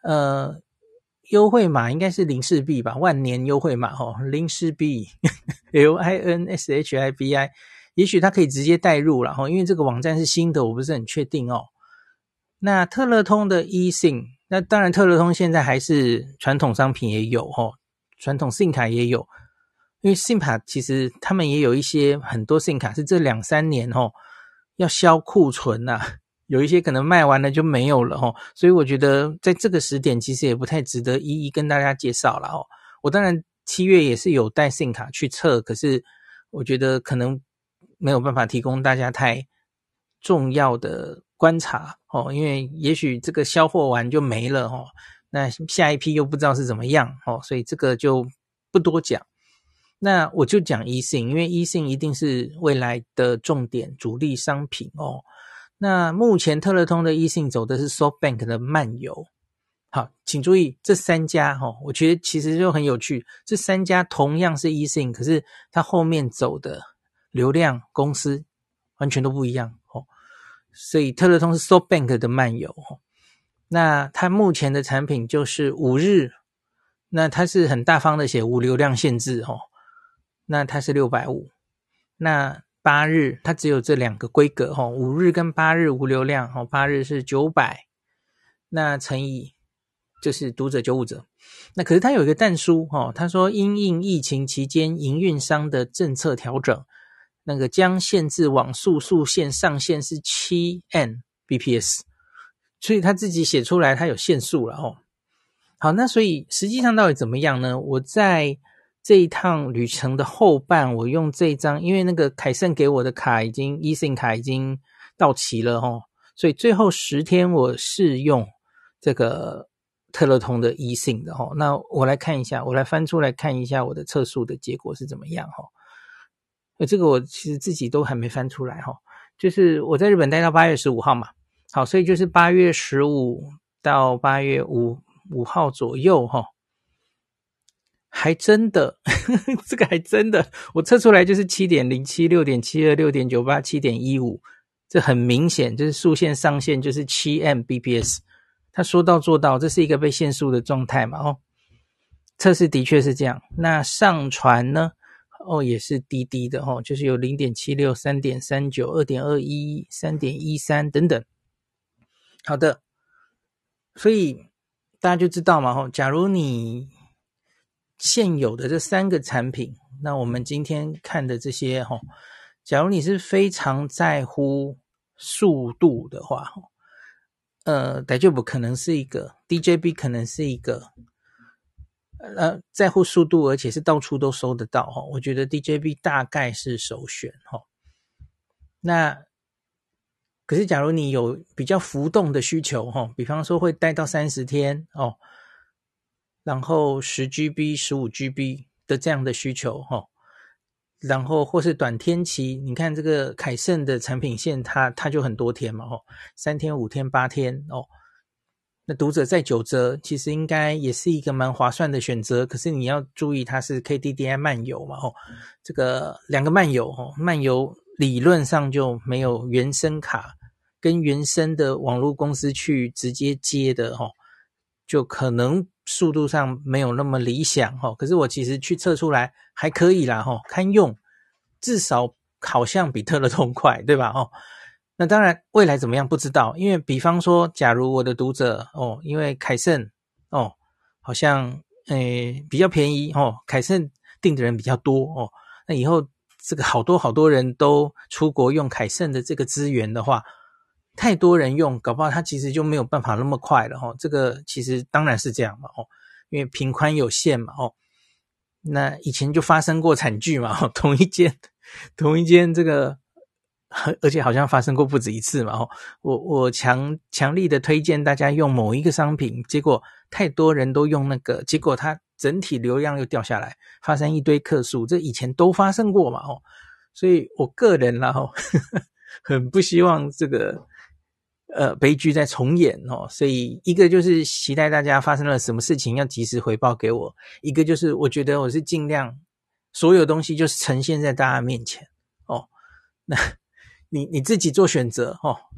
呃，优惠码应该是林氏币吧，万年优惠码哦，林氏币 L I N S H I B I， 也许它可以直接带入啦齁，因为这个网站是新的，我不是很确定哦。那特乐通的 eSIM， 那当然特乐通现在还是传统商品也有齁，传统 SIM 卡也有，因为 SIM 卡其实他们也有一些很多 SIM 卡是这两三年齁要销库存啊，有一些可能卖完了就没有了齁，所以我觉得在这个时点其实也不太值得一一跟大家介绍了齁。我当然七月也是有带 SIM 卡去测，可是我觉得可能没有办法提供大家太重要的观察哦，因为也许这个销货完就没了哦，那下一批又不知道是怎么样哦，所以这个就不多讲。那我就讲 eSIM， 因为 eSIM 一定是未来的重点主力商品哦。那目前特乐通的 eSIM 走的是 SoftBank 的漫游。好，请注意这三家哦，我觉得其实就很有趣，这三家同样是 eSIM， 可是它后面走的流量公司完全都不一样哦。所以特乐通是 SoftBank 的漫游哦，那它目前的产品就是五日，那它是很大方的写无流量限制哦，那它是六百五十，那八日它只有这两个规格哦，五日跟八日无流量哦，八日是九百，那乘以就是读者九五折。那可是它有一个但书哦，他说因应疫情期间营运商的政策调整，那个将限制网速速限上限是 七 M B P S， 所以他自己写出来他有限速了哦。好，那所以实际上到底怎么样呢？我在这一趟旅程的后半，我用这一张，因为那个凯盛给我的卡已经 eSIM 卡已经到期了哦，所以最后十天我是用这个特乐通的 eSIM 的哦。那我来看一下，我来翻出来看一下我的测速的结果是怎么样哦。这个我其实自己都还没翻出来哦，就是我在日本待到八月十五号嘛，好，所以就是八月十五到八月五号左右齁，还真的呵呵这个还真的我测出来就是 七点零七 六点七二 六点九八 七点一五， 这很明显就是速限上限就是 七 M B P S， 他说到做到，这是一个被限速的状态嘛哦，测试的确是这样。那上传呢哦也是低低的哦，就是有 零点七六 三点三九 二点二一 三点一三 等等。好的，所以大家就知道嘛齁，假如你现有的这三个产品，那我们今天看的这些齁，假如你是非常在乎速度的话，呃，大丈夫可能是一个 D J B 可能是一个呃在乎速度而且是到处都收得到齁，我觉得 D J B 大概是首选齁。那可是假如你有比较浮动的需求齁，比方说会待到三十天哦，然后 十 G B 十五 G B 的这样的需求齁，然后或是短天期，你看这个凯盛的产品线它它就很多天嘛齁，三天五天八天哦，那读者在九折其实应该也是一个蛮划算的选择，可是你要注意它是 K D D I 漫游嘛齁，这个两个漫游齁，漫游理论上就没有原生卡跟原生的网络公司去直接接的齁，就可能速度上没有那么理想齁，可是我其实去测出来还可以啦齁，堪用，至少好像比特乐通快，对吧齁？那当然未来怎么样不知道，因为比方说假如我的读者哦，因为凯盛哦好像诶比较便宜哦，凯盛订的人比较多哦，那以后这个好多好多人都出国用凯盛的这个资源的话，太多人用，搞不好它其实就没有办法那么快了齁，这个其实当然是这样嘛齁，因为频宽有限嘛齁，那以前就发生过惨剧嘛齁，同一间同一间这个而且好像发生过不止一次嘛齁，我我强强力的推荐大家用某一个商品，结果太多人都用那个，结果它整体流量又掉下来，发生一堆客诉，这以前都发生过嘛齁，所以我个人啦齁很不希望这个呃悲剧再重演齁，所以一个就是期待大家发生了什么事情要及时回报给我，一个就是我觉得我是尽量所有东西就是呈现在大家面前哦，那你你自己做选择哦，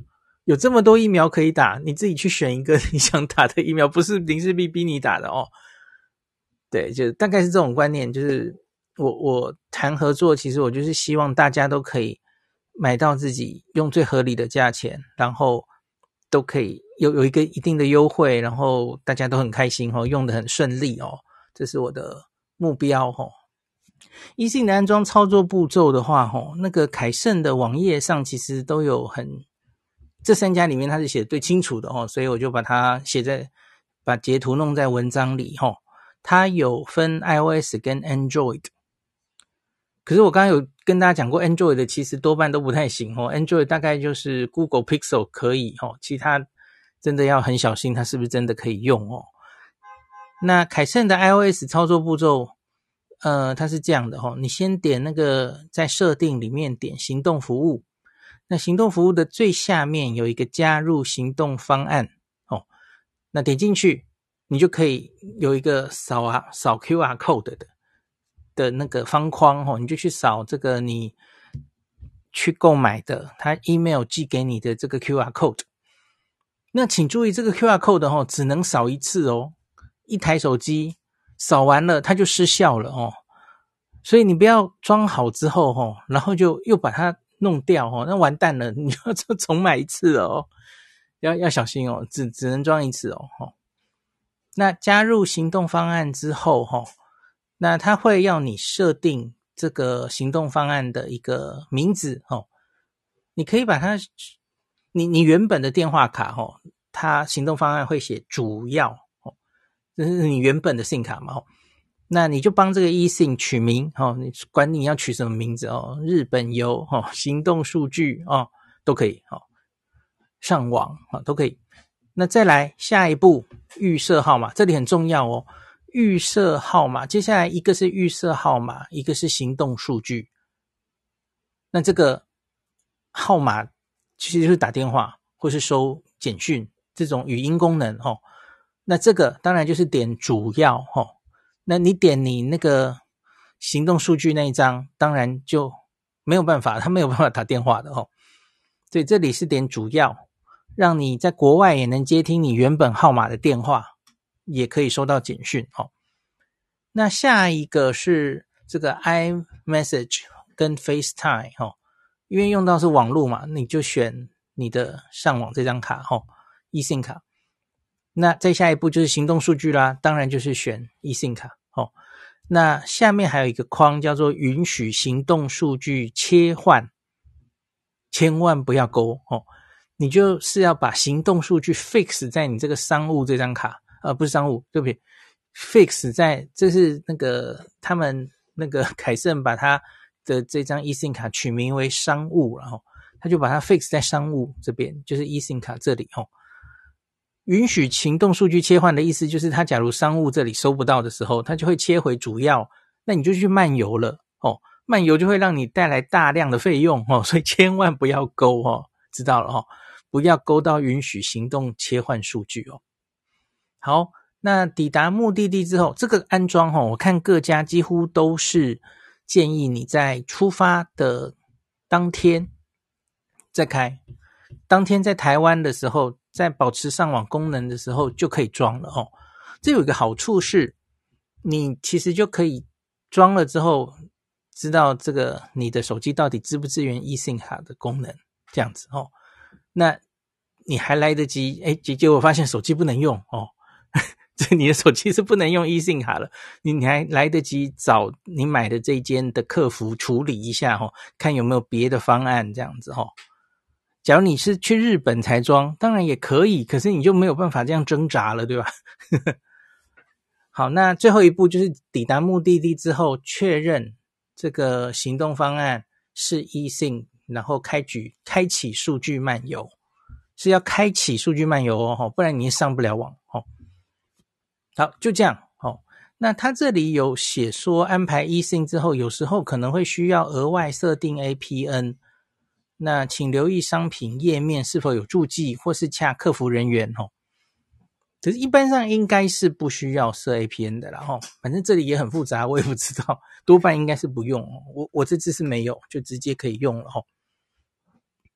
有这么多疫苗可以打，你自己去选一个你想打的疫苗，不是林氏璧逼你打的哦。对，就大概是这种观念，就是我我谈合作，其实我就是希望大家都可以买到自己用最合理的价钱，然后都可以有有一个一定的优惠，然后大家都很开心哦，用得很顺利哦，这是我的目标哦。eSIM的安装操作步骤的话，哦，那个凯盛的网页上其实都有很这三家里面它是写的最清楚的哦，所以我就把它写在把截图弄在文章里哦。它有分 iOS 跟 Android， 可是我刚刚有跟大家讲过 Android 的其实多半都不太行哦， Android 大概就是 Google Pixel 可以哦，其他真的要很小心它是不是真的可以用哦。那凯盛的 iOS 操作步骤呃，它是这样的哦，你先点那个在设定里面点行动服务，那行动服务的最下面有一个加入行动方案哦，那点进去你就可以有一个扫啊扫 Q R code 的的那个方框哦，你就去扫这个你去购买的他 email 寄给你的这个 Q R code。那请注意这个 Q R code 哦，只能扫一次哦，一台手机扫完了它就失效了哦，所以你不要装好之后哦，然后就又把它弄掉哦，那完蛋了，你要重买一次了哦，要要小心哦，只只能装一次哦。那加入行动方案之后齁，那它会要你设定这个行动方案的一个名字齁，你可以把它你你原本的电话卡齁，它行动方案会写主要齁，这是你原本的 SIM 卡嘛齁，那你就帮这个 eSIM 取名齁，你管你要取什么名字哦，日本游齁，行动数据哦都可以齁，上网齁都可以。那再来下一步预设号码，这里很重要哦。预设号码，接下来一个是预设号码，一个是行动数据。那这个号码其实就是打电话或是收简讯这种语音功能哦。那这个当然就是点主要哦。那你点你那个行动数据那一张，当然就没有办法，它没有办法打电话的哦。所以这里是点主要。让你在国外也能接听你原本号码的电话，也可以收到简讯哦。那下一个是这个 iMessage 跟 FaceTime 哦，因为用到是网络嘛，你就选你的上网这张卡哦 eSIM 卡。那再下一步就是行动数据啦，当然就是选 eSIM 卡哦。那下面还有一个框叫做允许行动数据切换，千万不要勾哦。你就是要把行动数据 fix 在你这个商务这张卡，呃，不是商务，对不起 ，fix 在这是那个他们那个凯盛把他的这张 eSIM 卡取名为商务，然后他就把它 fix 在商务这边，就是 eSIM 卡这里哦。允许行动数据切换的意思就是，他假如商务这里收不到的时候，他就会切回主要，那你就去漫游了哦，漫游就会让你带来大量的费用哦，所以千万不要勾哦，知道了哦。不要勾到允许行动切换数据哦。好，那抵达目的地之后，这个安装哦，我看各家几乎都是建议你在出发的当天再开，当天在台湾的时候，在保持上网功能的时候就可以装了哦。这有一个好处是，你其实就可以装了之后，知道这个你的手机到底支不支援 eSIM 卡的功能，这样子哦。那你还来得及，诶，结果发现手机不能用哦，这你的手机是不能用 eSIM 卡了，你你还来得及找你买的这一间的客服处理一下哦，看有没有别的方案这样子哦。假如你是去日本才装，当然也可以，可是你就没有办法这样挣扎了，对吧？好，那最后一步就是抵达目的地之后，确认这个行动方案是 eSIM。然后开举开启数据漫游，是要开启数据漫游哦，不然你上不了网哦。好，就这样哦。那他这里有写说安排 eSIM 之后，有时候可能会需要额外设定 A P N， 那请留意商品页面是否有注记，或是洽客服人员哦。可是一般上应该是不需要设 A P N 的啦齁，反正这里也很复杂，我也不知道，多半应该是不用，我我这次是没有，就直接可以用了齁。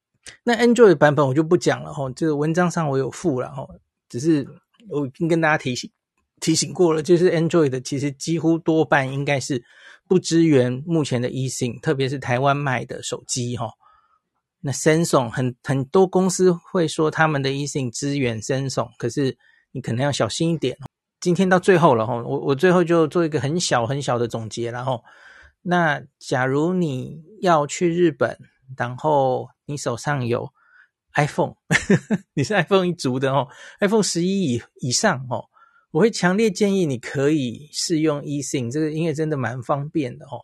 那 Android 版本我就不讲了齁，这个文章上我有附了齁，只是我已经跟大家提醒提醒过了，就是 Android 的其实几乎多半应该是不支援目前的 eSIM， 特别是台湾卖的手机齁。那 Samsung 很很多公司会说他们的 eSIM 支援 Samsung， 可是你可能要小心一点。今天到最后了齁，我我最后就做一个很小很小的总结然后，那假如你要去日本，然后你手上有 iPhone 你是 iPhone 一族的哦 iPhone 十一 以以上哦，我会强烈建议你可以试用 eSIM， 这个因为真的蛮方便的哦。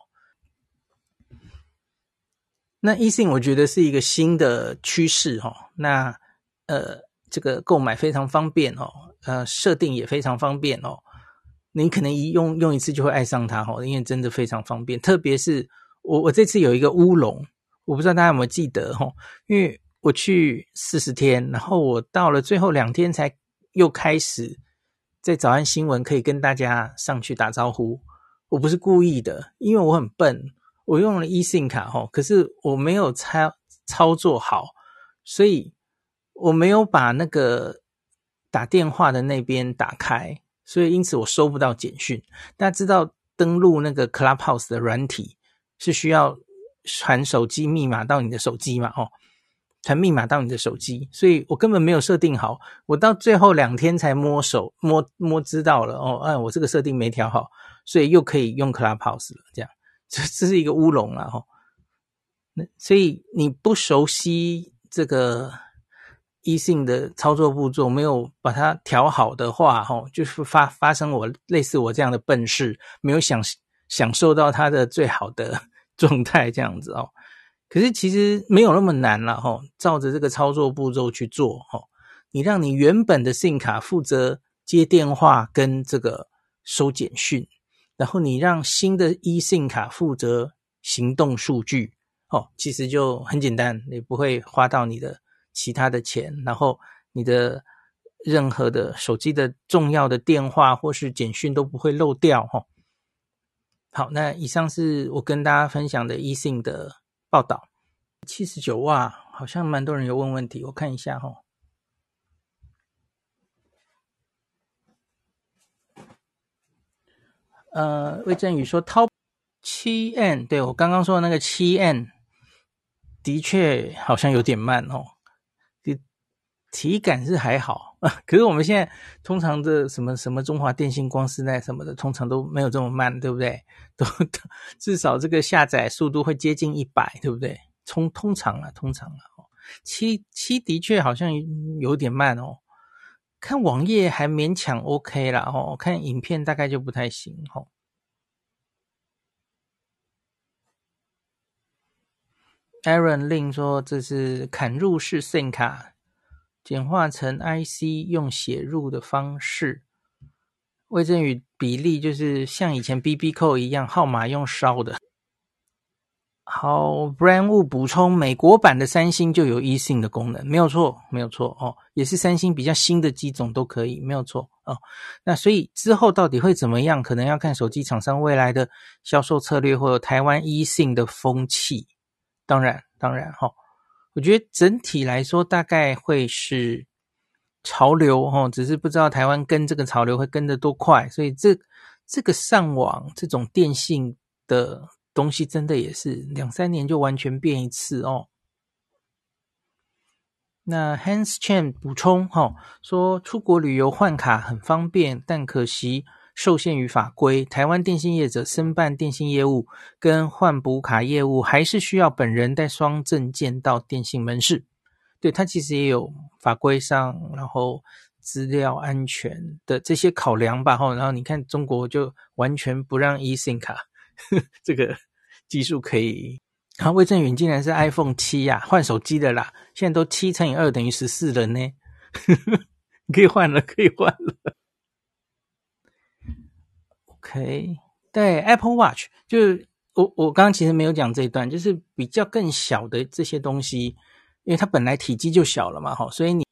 那 eSIM 我觉得是一个新的趋势哦，那呃这个购买非常方便哦，呃设定也非常方便哦，你可能一用用一次就会爱上它哦，因为真的非常方便，特别是我我这次有一个乌龙，我不知道大家有没有记得哦，因为我去四十天，然后我到了最后两天才又开始在早安新闻可以跟大家上去打招呼，我不是故意的，因为我很笨，我用了 eSIM 卡齁，可是我没有操操作好，所以我没有把那个打电话的那边打开，所以因此我收不到简讯。大家知道登录那个 Clubhouse 的软体是需要传手机密码到你的手机嘛齁，传密码到你的手机，所以我根本没有设定好，我到最后两天才摸手摸摸知道了哦，哎，我这个设定没调好，所以又可以用 Clubhouse 了，这样。这这是一个乌龙啦齁，所以你不熟悉这个 eSIM 的操作步骤，没有把它调好的话齁，就是发发生我类似我这样的笨事，没有享享受到它的最好的状态这样子哦。可是其实没有那么难啦齁，照着这个操作步骤去做齁，你让你原本的 SIM 卡负责接电话跟这个收简讯，然后你让新的 eSIM 卡负责行动数据哦，其实就很简单，你不会花到你的其他的钱，然后你的任何的手机的重要的电话或是简讯都不会漏掉齁。好，那以上是我跟大家分享的 eSIM 的报道。七十九哇，好像蛮多人有问问题，我看一下齁。呃，魏振宇说淘七 N， 对，我刚刚说的那个七 N 的确好像有点慢哦，体感是还好，可是我们现在通常的什么什么中华电信、光丝奈什么的，通常都没有这么慢，对不对？都至少这个下载速度会接近一百，对不对？通通常啊，通常啊，七七的确好像有点慢哦。看网页还勉强 OK 啦哦，看影片大概就不太行哦。Aaron Lin 说这是砍入式 SIM 卡，简化成 I C 用写入的方式。魏振宇比例就是像以前 B B Call 一样，号码用烧的。好 ，Brand Wu 补充，美国版的三星就有 eSIM 的功能，没有错，没有错哦，也是三星比较新的机种都可以，没有错哦。那所以之后到底会怎么样，可能要看手机厂商未来的销售策略，或者台湾 eSIM 的风气。当然，当然哈、哦，我觉得整体来说大概会是潮流哈、哦，只是不知道台湾跟这个潮流会跟得多快，所以这这个上网这种电信的东西真的也是两三年就完全变一次哦。那 Hans Chen 补充哈、哦，说出国旅游换卡很方便，但可惜受限于法规，台湾电信业者申办电信业务跟换补卡业务，还是需要本人带双证件到电信门市。对，它其实也有法规上，然后资料安全的这些考量吧。然后你看中国就完全不让 eSIM 卡这个技术可以。然后魏正允竟然是 iPhone 七呀、啊，换手机的啦，现在都七乘以二等于十四了呢，可以换了，可以换了。OK， 对 Apple Watch， 就是我我刚刚其实没有讲这一段，就是比较更小的这些东西，因为它本来体积就小了嘛，哈，所以你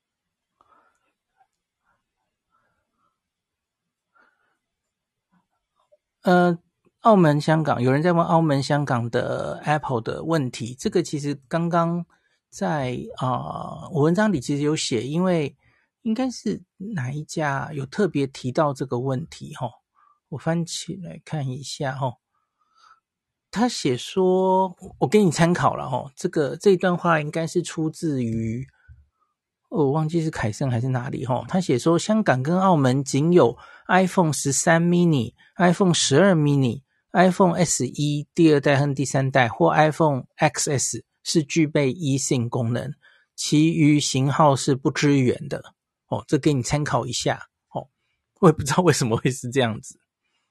呃，澳门、香港有人在问澳门、香港的 Apple 的问题，这个其实刚刚在啊、呃，我文章里其实有写，因为应该是哪一家有特别提到这个问题齁，我翻起来看一下齁。他写说，我给你参考了齁，这个这一段话应该是出自于，哦，我忘记是凯盛还是哪里齁。他写说，香港跟澳门仅有 iPhone 十三 mini、iPhone 十二 mini、iPhone S E 第二代和第三代或 iPhone X S 是具备 eSIM 功能，其余型号是不支援的。哦，这给你参考一下。哦，我也不知道为什么会是这样子。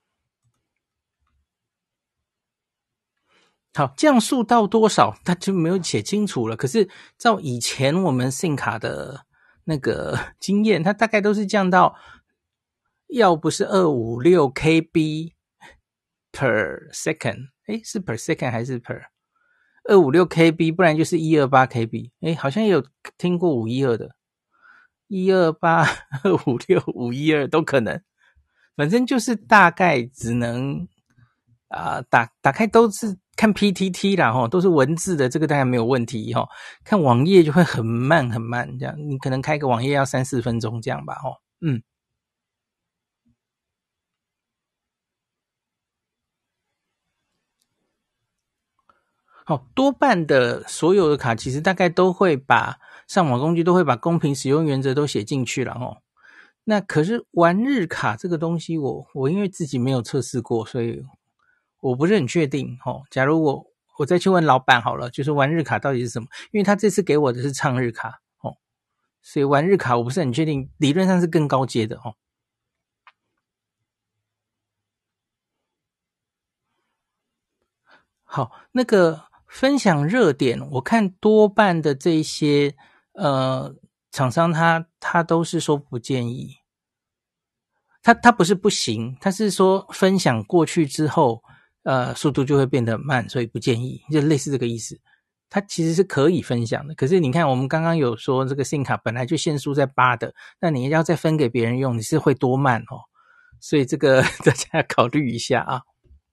好，降速到多少他就没有写清楚了，可是照以前我们 SIM 卡的那个经验，它大概都是降到要不是二百五十六 K B per second， 诶，是 per second 还是 per 二百五十六 K B， 不然就是一百二十八 K B。 诶，好像也有听过五百一十二的，一百二十八、二百五十六、五百一十二都可能，反正就是大概只能啊、呃、打打开都是看 P T T 啦齁，都是文字的，这个大概没有问题齁。看网页就会很慢很慢，这样你可能开个网页要三四分钟这样吧齁。嗯，好，多半的所有的卡其实大概都会把上网工具都会把公平使用原则都写进去了齁。那可是玩日卡这个东西我我因为自己没有测试过，所以我不是很确定齁。假如我我再去问老板好了，就是玩日卡到底是什么，因为他这次给我的是畅日卡齁，所以玩日卡我不是很确定，理论上是更高阶的齁。好，那个分享热点，我看多半的这些呃厂商他他都是说不建议，他他不是不行，他是说分享过去之后，呃速度就会变得慢，所以不建议，就类似这个意思。它其实是可以分享的，可是你看我们刚刚有说这个 SIM 卡本来就限速在八的，那你要再分给别人用，你是会多慢哦，所以这个大家要考虑一下啊。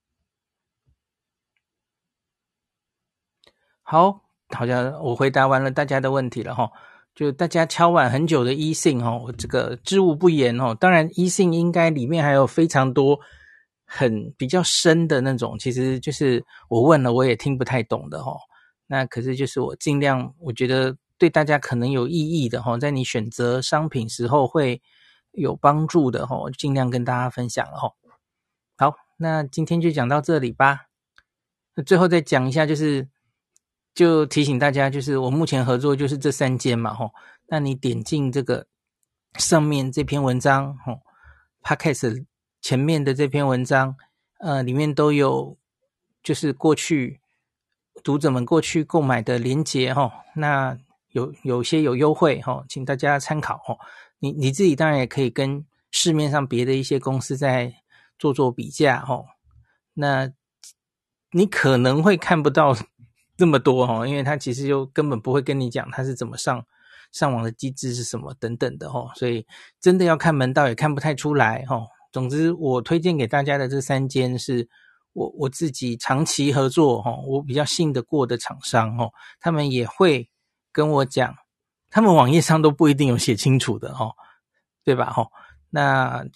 好，好像我回答完了大家的问题了齁，就大家敲碗很久的 eSIM 齁，我这个知无不言齁。当然 eSIM 应该里面还有非常多很比较深的那种，其实就是我问了我也听不太懂的齁。那可是就是我尽量我觉得对大家可能有意义的齁，在你选择商品时候会有帮助的齁，尽量跟大家分享了齁。好，那今天就讲到这里吧。那最后再讲一下，就是就提醒大家，就是我目前合作就是这三间嘛齁。那你点进这个上面这篇文章齁 Podcast 前面的这篇文章，呃，里面都有就是过去读者们过去购买的连结齁，那有有些有优惠齁，请大家参考齁。你你自己当然也可以跟市面上别的一些公司在做做比价齁。那你可能会看不到这么多齁，因为他其实就根本不会跟你讲他是怎么上上网的机制是什么等等的齁，所以真的要看门道也看不太出来齁。总之我推荐给大家的这三间是我我自己长期合作齁，我比较信得过的厂商齁，他们也会跟我讲，他们网页上都不一定有写清楚的齁，对吧齁。那